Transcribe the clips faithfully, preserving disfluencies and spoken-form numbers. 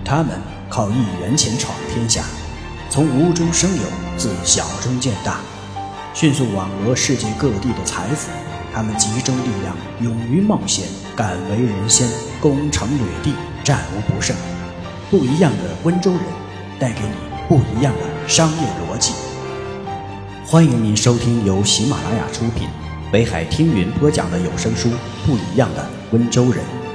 他们靠一元钱闯天下，从无中生有，自小中见大，迅速网罗世界各地的财富。他们集中力量，勇于冒险，敢为人先，攻城掠地，战无不胜。不一样的温州人，带给你不一样的商业逻辑。欢迎您收听由喜马拉雅出品，北海听云播讲的有声书《不一样的温州人》。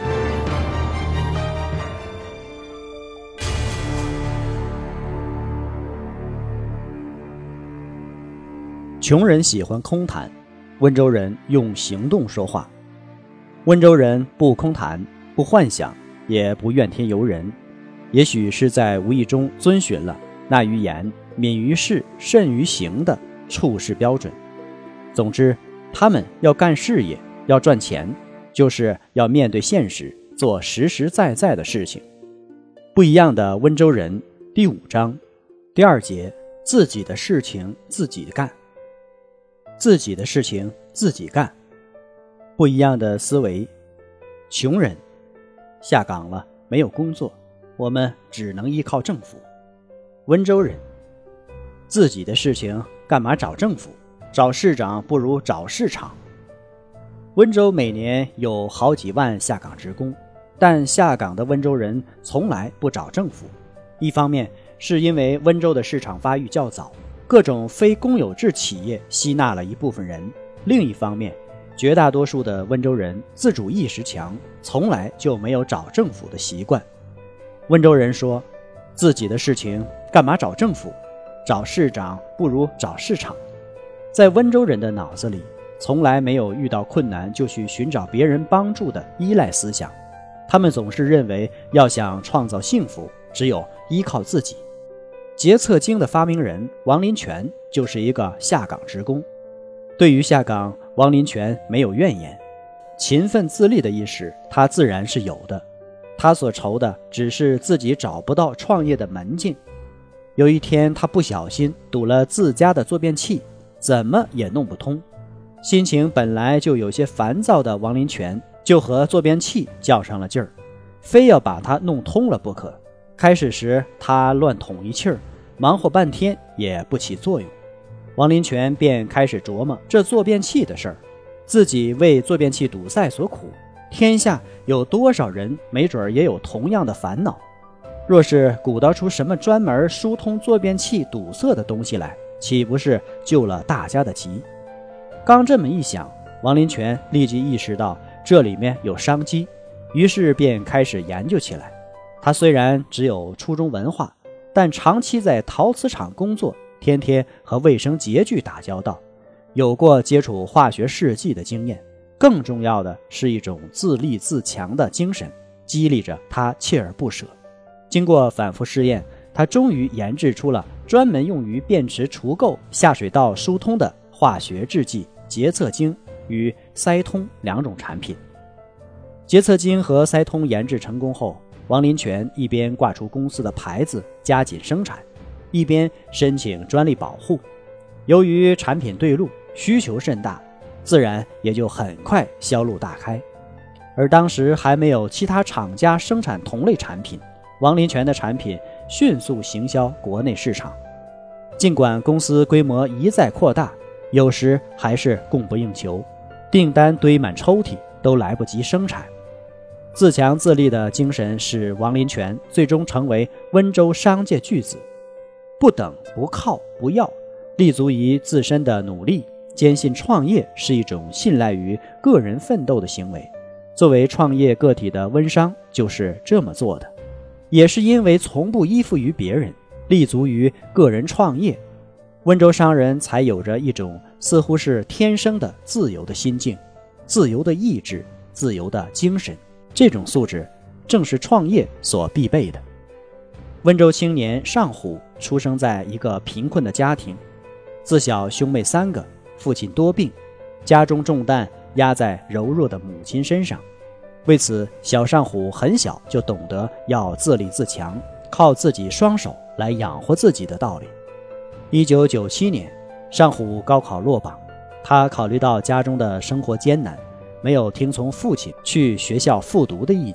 穷人喜欢空谈，温州人用行动说话。温州人不空谈，不幻想，也不怨天尤人，也许是在无意中遵循了那于言敏于事慎于行的处事标准。总之，他们要干事业，要赚钱，就是要面对现实，做实实在在的事情。不一样的温州人第五章第二节，自己的事情自己干。自己的事情自己干。不一样的思维。穷人下岗了，没有工作，我们只能依靠政府。温州人自己的事情干嘛找政府？找市长不如找市场。温州每年有好几万下岗职工，但下岗的温州人从来不找政府。一方面是因为温州的市场发育较早，各种非公有制企业吸纳了一部分人。另一方面，绝大多数的温州人自主意识强，从来就没有找政府的习惯。温州人说，自己的事情干嘛找政府？找市长不如找市场。在温州人的脑子里，从来没有遇到困难就去寻找别人帮助的依赖思想。他们总是认为，要想创造幸福，只有依靠自己。节测经的发明人王林泉就是一个下岗职工。对于下岗，王林泉没有怨言，勤奋自立的意识他自然是有的。他所愁的只是自己找不到创业的门径。有一天，他不小心堵了自家的坐便器，怎么也弄不通。心情本来就有些烦躁的王林泉就和坐便器较上了劲儿，非要把它弄通了不可。开始时他乱捅一气儿，忙活半天也不起作用。王林泉便开始琢磨这坐便器的事儿，自己为坐便器堵塞所苦，天下有多少人没准也有同样的烦恼。若是鼓捣出什么专门疏通坐便器堵塞的东西来，岂不是救了大家的急？刚这么一想，王林泉立即意识到这里面有商机，于是便开始研究起来。他虽然只有初中文化，但长期在陶瓷厂工作，天天和卫生洁具打交道，有过接触化学试剂的经验。更重要的是一种自立自强的精神，激励着他锲而不舍。经过反复试验，他终于研制出了专门用于便池除垢、下水道疏通的化学制剂节测精与塞通两种产品。节测精和塞通研制成功后，王林泉一边挂出公司的牌子加紧生产，一边申请专利保护。由于产品对路，需求甚大，自然也就很快销路大开。而当时还没有其他厂家生产同类产品，王林泉的产品迅速行销国内市场。尽管公司规模一再扩大，有时还是供不应求，订单堆满抽屉，都来不及生产。自强自立的精神使王林泉最终成为温州商界巨子。不等不靠不要，立足于自身的努力，坚信创业是一种信赖于个人奋斗的行为。作为创业个体的温商就是这么做的。也是因为从不依附于别人，立足于个人创业，温州商人才有着一种似乎是天生的自由的心境，自由的意志，自由的精神。这种素质正是创业所必备的。温州青年尚虎出生在一个贫困的家庭，自小兄妹三个，父亲多病，家中重担压在柔弱的母亲身上。为此，小尚虎很小就懂得要自立自强，靠自己双手来养活自己的道理。一九九七年，尚虎高考落榜，他考虑到家中的生活艰难，没有听从父亲去学校复读的意见，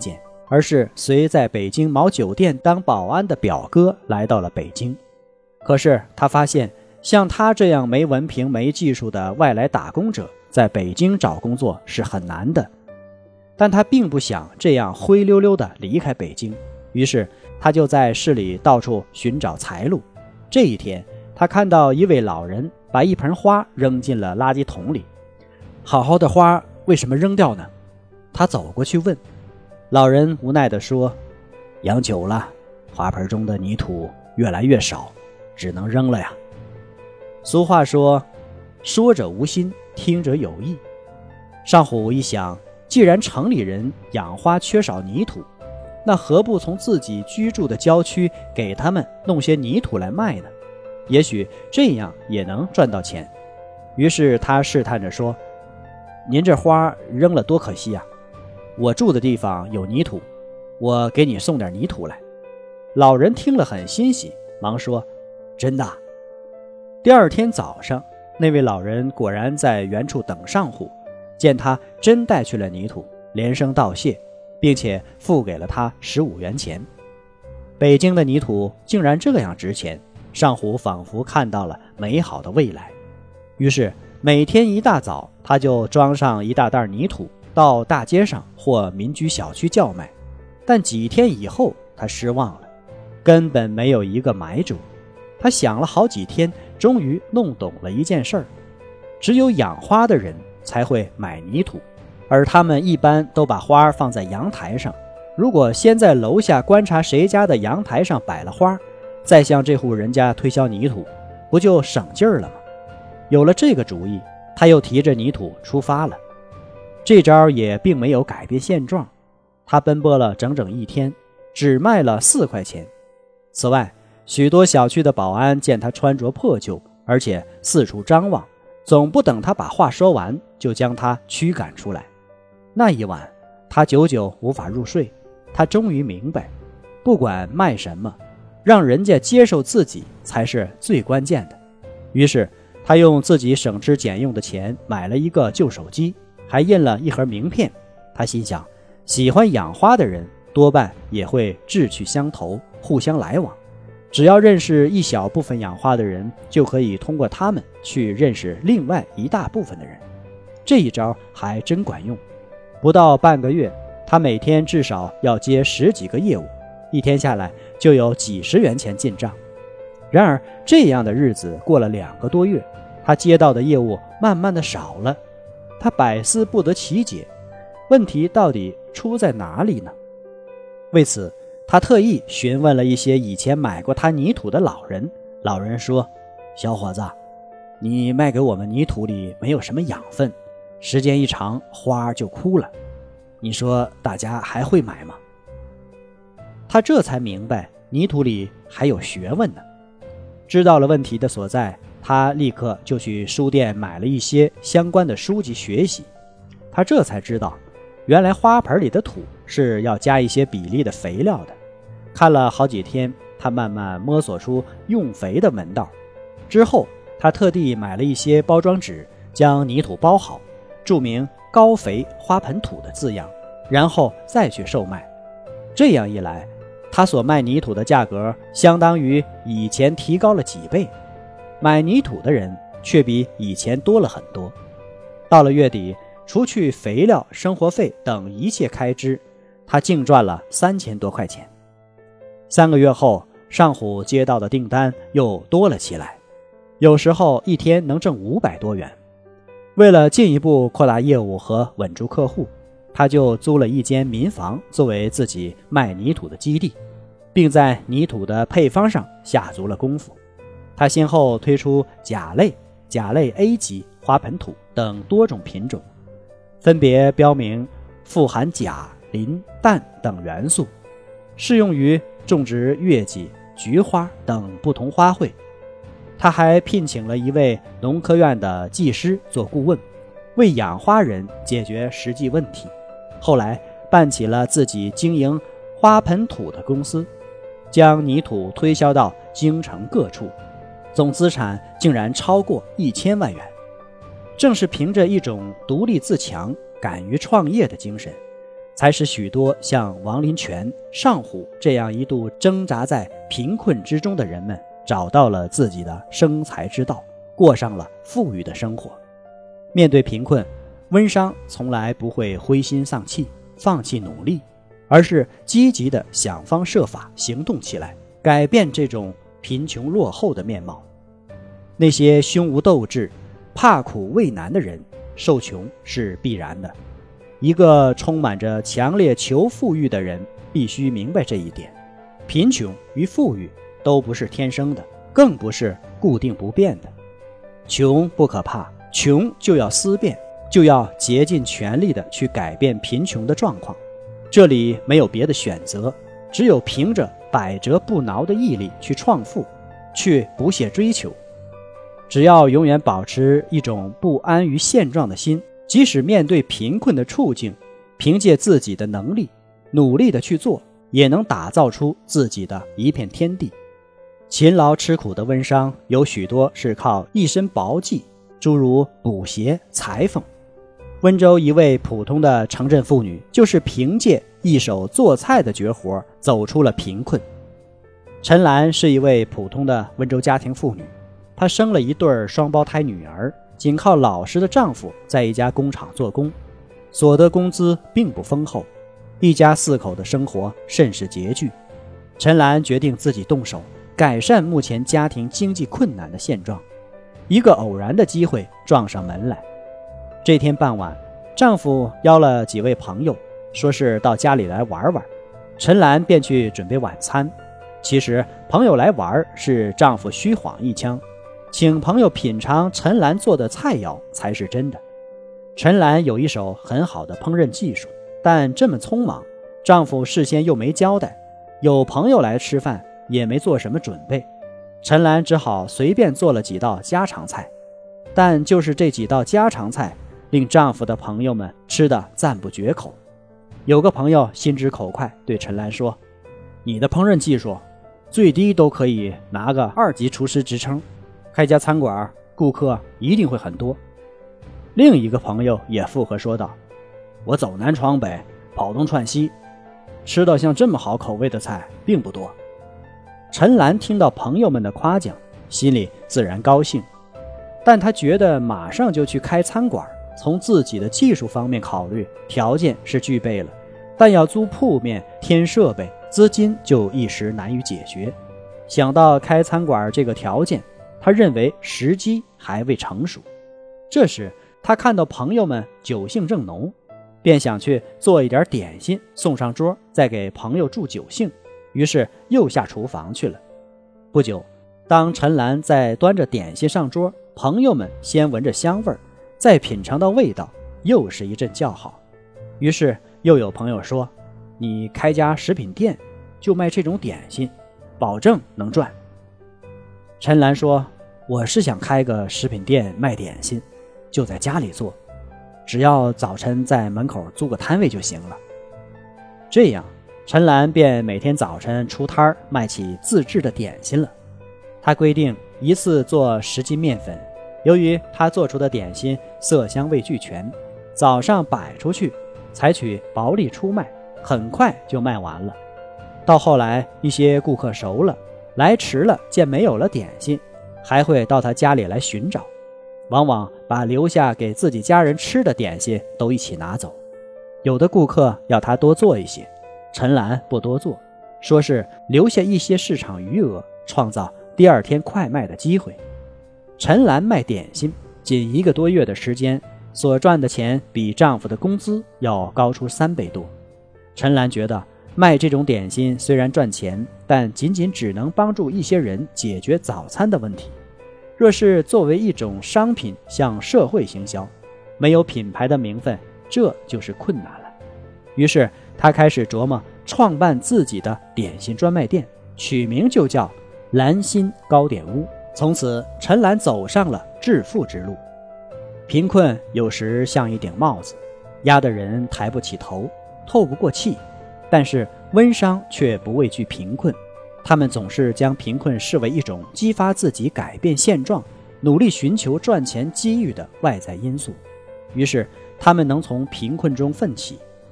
而是随在北京某酒店当保安的表哥来到了北京。可是他发现，像他这样没文凭没技术的外来打工者在北京找工作是很难的。但他并不想这样灰溜溜地离开北京，于是他就在市里到处寻找财路。这一天，他看到一位老人把一盆花扔进了垃圾桶里。好好的花为什么扔掉呢？他走过去问。老人无奈地说，养久了，花盆中的泥土越来越少，只能扔了呀。俗话说，说者无心，听者有意。上虎一想，既然城里人养花缺少泥土，那何不从自己居住的郊区给他们弄些泥土来卖呢？也许这样也能赚到钱。于是他试探着说，您这花扔了多可惜啊，我住的地方有泥土，我给你送点泥土来。老人听了很欣喜，忙说，真的。第二天早上，那位老人果然在原处等上虎，见他真带去了泥土，连声道谢，并且付给了他十五元钱。北京的泥土竟然这样值钱，上虎仿佛看到了美好的未来。于是每天一大早，他就装上一大袋泥土到大街上或民居小区叫卖。但几天以后，他失望了，根本没有一个买主。他想了好几天，终于弄懂了一件事儿，只有养花的人才会买泥土，而他们一般都把花放在阳台上。如果先在楼下观察谁家的阳台上摆了花，再向这户人家推销泥土，不就省劲儿了吗？有了这个主意，他又提着泥土出发了。这招也并没有改变现状，他奔波了整整一天，只卖了四块钱。此外，许多小区的保安见他穿着破旧，而且四处张望，总不等他把话说完，就将他驱赶出来。那一晚，他久久无法入睡。他终于明白，不管卖什么，让人家接受自己才是最关键的。于是他用自己省吃俭用的钱买了一个旧手机，还印了一盒名片。他心想，喜欢养花的人多半也会志趣相投，互相来往。只要认识一小部分养花的人，就可以通过他们去认识另外一大部分的人。这一招还真管用。不到半个月，他每天至少要接十几个业务，一天下来就有几十元钱进账。然而这样的日子过了两个多月，他接到的业务慢慢的少了。他百思不得其解，问题到底出在哪里呢？为此，他特意询问了一些以前买过他泥土的老人。老人说，小伙子，你卖给我们泥土里没有什么养分，时间一长花就枯了，你说大家还会买吗？他这才明白泥土里还有学问呢。知道了问题的所在，他立刻就去书店买了一些相关的书籍学习。他这才知道，原来花盆里的土是要加一些比例的肥料的。看了好几天，他慢慢摸索出用肥的门道。之后他特地买了一些包装纸，将泥土包好，注明高肥花盆土的字样，然后再去售卖。这样一来，他所卖泥土的价格相当于以前提高了几倍，买泥土的人却比以前多了很多。到了月底，除去肥料、生活费等一切开支，他净赚了三千多块钱。三个月后，上虎接到的订单又多了起来，有时候一天能挣五百多元。为了进一步扩大业务和稳住客户，他就租了一间民房作为自己卖泥土的基地，并在泥土的配方上下足了功夫。他先后推出甲类、甲类 A 级花盆土等多种品种，分别标明富含钾、磷、氮等元素，适用于种植月季、菊花等不同花卉。他还聘请了一位农科院的技师做顾问，为养花人解决实际问题。后来办起了自己经营花盆土的公司，将泥土推销到京城各处，总资产竟然超过一千万元。正是凭着一种独立自强、敢于创业的精神， 才使许多像王林泉、尚虎这样一度挣扎在贫困之中的人们找到了自己的生财之道，过上了富裕的生活。面对贫困，温商从来不会灰心丧气，放弃努力，而是积极地想方设法行动起来，改变这种贫穷落后的面貌。那些胸无斗志、怕苦畏难的人，受穷是必然的。一个充满着强烈求富裕的人必须明白这一点，贫穷与富裕都不是天生的，更不是固定不变的。穷不可怕，穷就要思变，就要竭尽全力地去改变贫穷的状况。这里没有别的选择，只有凭着百折不挠的毅力去创富，去不懈追求。只要永远保持一种不安于现状的心，即使面对贫困的处境，凭借自己的能力努力地去做，也能打造出自己的一片天地。勤劳吃苦的温商有许多是靠一身薄技，诸如补鞋、裁缝。温州一位普通的城镇妇女，就是凭借一手做菜的绝活走出了贫困。陈兰是一位普通的温州家庭妇女，她生了一对双胞胎女儿，仅靠老实的丈夫在一家工厂做工，所得工资并不丰厚，一家四口的生活甚是拮据。陈兰决定自己动手，改善目前家庭经济困难的现状。一个偶然的机会撞上门来。这天傍晚，丈夫邀了几位朋友，说是到家里来玩玩，陈兰便去准备晚餐。其实朋友来玩是丈夫虚晃一枪，请朋友品尝陈兰做的菜肴才是真的。陈兰有一手很好的烹饪技术，但这么匆忙，丈夫事先又没交代，有朋友来吃饭也没做什么准备，陈兰只好随便做了几道家常菜。但就是这几道家常菜令丈夫的朋友们吃得赞不绝口。有个朋友心直口快，对陈兰说：你的烹饪技术最低都可以拿个二级厨师职称，开家餐馆顾客一定会很多。另一个朋友也附和说道：我走南闯北，跑东窜西，吃到像这么好口味的菜并不多。陈兰听到朋友们的夸奖，心里自然高兴，但她觉得马上就去开餐馆，从自己的技术方面考虑，条件是具备了，但要租铺面、添设备，资金就一时难于解决。想到开餐馆这个条件，她认为时机还未成熟。这时她看到朋友们酒兴正浓，便想去做一点点心送上桌，再给朋友助酒兴，于是又下厨房去了。不久，当陈兰在端着点心上桌，朋友们先闻着香味儿，再品尝到味道，又是一阵叫好。于是又有朋友说：你开家食品店就卖这种点心，保证能赚。陈兰说：我是想开个食品店卖点心，就在家里做，只要早晨在门口租个摊位就行了。这样陈兰便每天早晨出摊卖起自制的点心了。她规定一次做十斤面粉，由于她做出的点心色香味俱全，早上摆出去，采取薄利出卖，很快就卖完了。到后来一些顾客熟了，来迟了见没有了点心，还会到她家里来寻找，往往把留下给自己家人吃的点心都一起拿走。有的顾客要她多做一些，陈兰不多做，说是留下一些市场余额，创造第二天快卖的机会。陈兰卖点心仅一个多月的时间，所赚的钱比丈夫的工资要高出三倍多。陈兰觉得卖这种点心虽然赚钱，但仅仅只能帮助一些人解决早餐的问题。若是作为一种商品向社会行销，没有品牌的名分，这就是困难了。于是他开始琢磨创办自己的点心专卖店，取名就叫兰心糕点屋。从此陈兰走上了致富之路。贫困有时像一顶帽子，压得人抬不起头，透不过气，但是温商却不畏惧贫困，他们总是将贫困视为一种激发自己改变现状、努力寻求赚钱机遇的外在因素。于是他们能从贫困中奋起，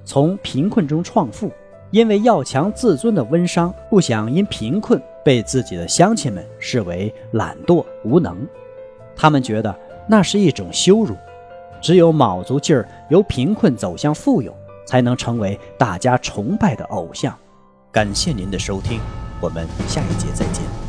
从贫困中创富，因为要强自尊的温商不想因贫困被自己的乡亲们视为懒惰无能，他们觉得那是一种羞辱。只有卯足劲儿由贫困走向富有，才能成为大家崇拜的偶像。感谢您的收听，我们下一节再见。